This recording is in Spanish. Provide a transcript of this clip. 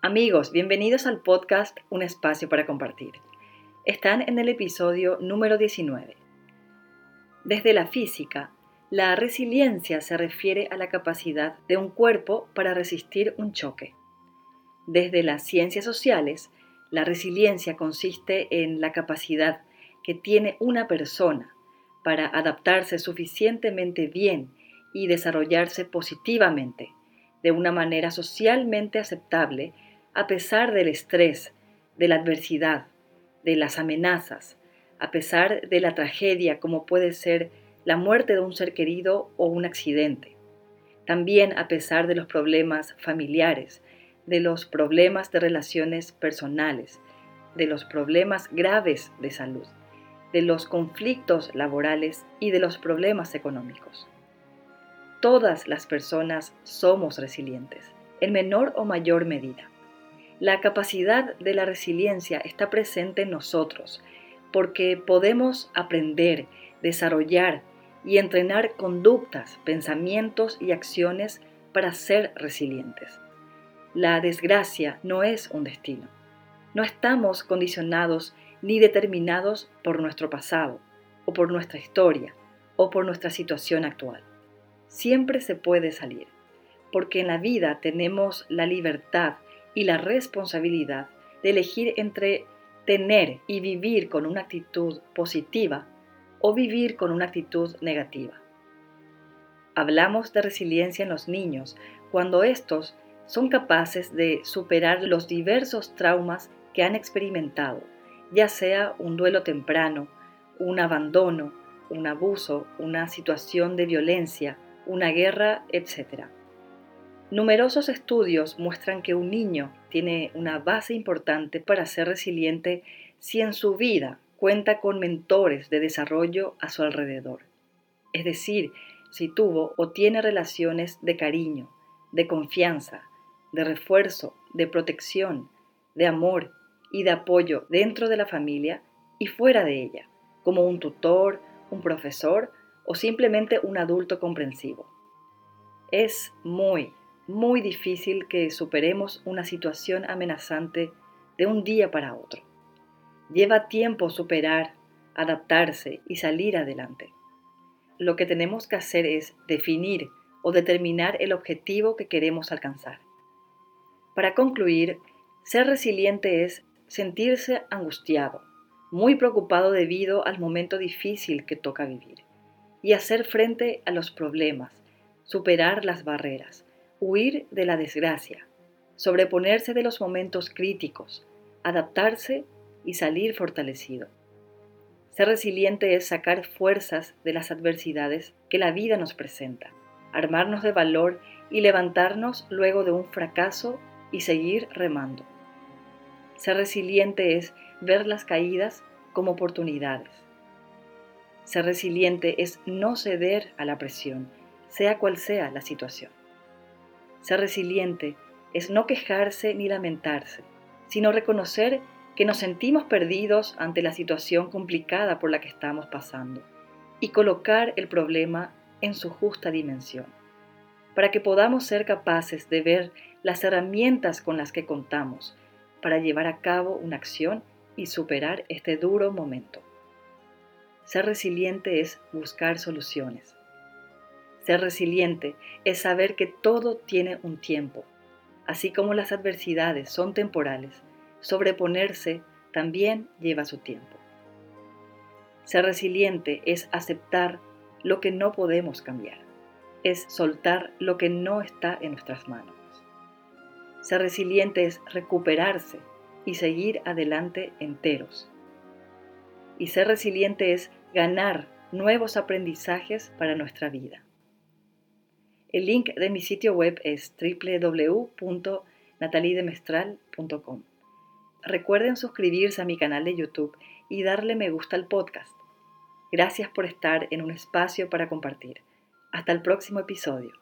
Amigos, bienvenidos al podcast Un Espacio para Compartir. Están en el episodio número 19. Desde la física, la resiliencia se refiere a la capacidad de un cuerpo para resistir un choque. Desde las ciencias sociales, la resiliencia consiste en la capacidad que tiene una persona para adaptarse suficientemente bien y desarrollarse positivamente, de una manera socialmente aceptable, a pesar del estrés, de la adversidad, de las amenazas, a pesar de la tragedia como puede ser la muerte de un ser querido o un accidente. También a pesar de los problemas familiares, de los problemas de relaciones personales, de los problemas graves de salud, de los conflictos laborales y de los problemas económicos. Todas las personas somos resilientes, en menor o mayor medida. La capacidad de la resiliencia está presente en nosotros porque podemos aprender, desarrollar y entrenar conductas, pensamientos y acciones para ser resilientes. La desgracia no es un destino. No estamos condicionados ni determinados por nuestro pasado, o por nuestra historia, o por nuestra situación actual. Siempre se puede salir, porque en la vida tenemos la libertad y la responsabilidad de elegir entre tener y vivir con una actitud positiva o vivir con una actitud negativa. Hablamos de resiliencia en los niños cuando estos son capaces de superar los diversos traumas que han experimentado, ya sea un duelo temprano, un abandono, un abuso, una situación de violencia, una guerra, etc. Numerosos estudios muestran que un niño tiene una base importante para ser resiliente si en su vida cuenta con mentores de desarrollo a su alrededor. Es decir, si tuvo o tiene relaciones de cariño, de confianza, de refuerzo, de protección, de amor y de apoyo dentro de la familia y fuera de ella, como un tutor, un profesor o simplemente un adulto comprensivo. Es muy difícil que superemos una situación amenazante de un día para otro. Lleva tiempo superar, adaptarse y salir adelante. Lo que tenemos que hacer es definir o determinar el objetivo que queremos alcanzar. Para concluir, ser resiliente es sentirse angustiado, muy preocupado debido al momento difícil que toca vivir, y hacer frente a los problemas, superar las barreras, huir de la desgracia, sobreponerse de los momentos críticos, adaptarse y salir fortalecido. Ser resiliente es sacar fuerzas de las adversidades que la vida nos presenta, armarnos de valor y levantarnos luego de un fracaso y seguir remando. Ser resiliente es ver las caídas como oportunidades. Ser resiliente es no ceder a la presión, sea cual sea la situación. Ser resiliente es no quejarse ni lamentarse, sino reconocer que nos sentimos perdidos ante la situación complicada por la que estamos pasando y colocar el problema en su justa dimensión, para que podamos ser capaces de ver las herramientas con las que contamos para llevar a cabo una acción y superar este duro momento. Ser resiliente es buscar soluciones. Ser resiliente es saber que todo tiene un tiempo. Así como las adversidades son temporales, sobreponerse también lleva su tiempo. Ser resiliente es aceptar lo que no podemos cambiar. Es soltar lo que no está en nuestras manos. Ser resiliente es recuperarse y seguir adelante enteros. Y ser resiliente es ganar nuevos aprendizajes para nuestra vida. El link de mi sitio web es www.nataliedemestral.com. Recuerden suscribirse a mi canal de YouTube y darle me gusta al podcast. Gracias por estar en un espacio para compartir. Hasta el próximo episodio.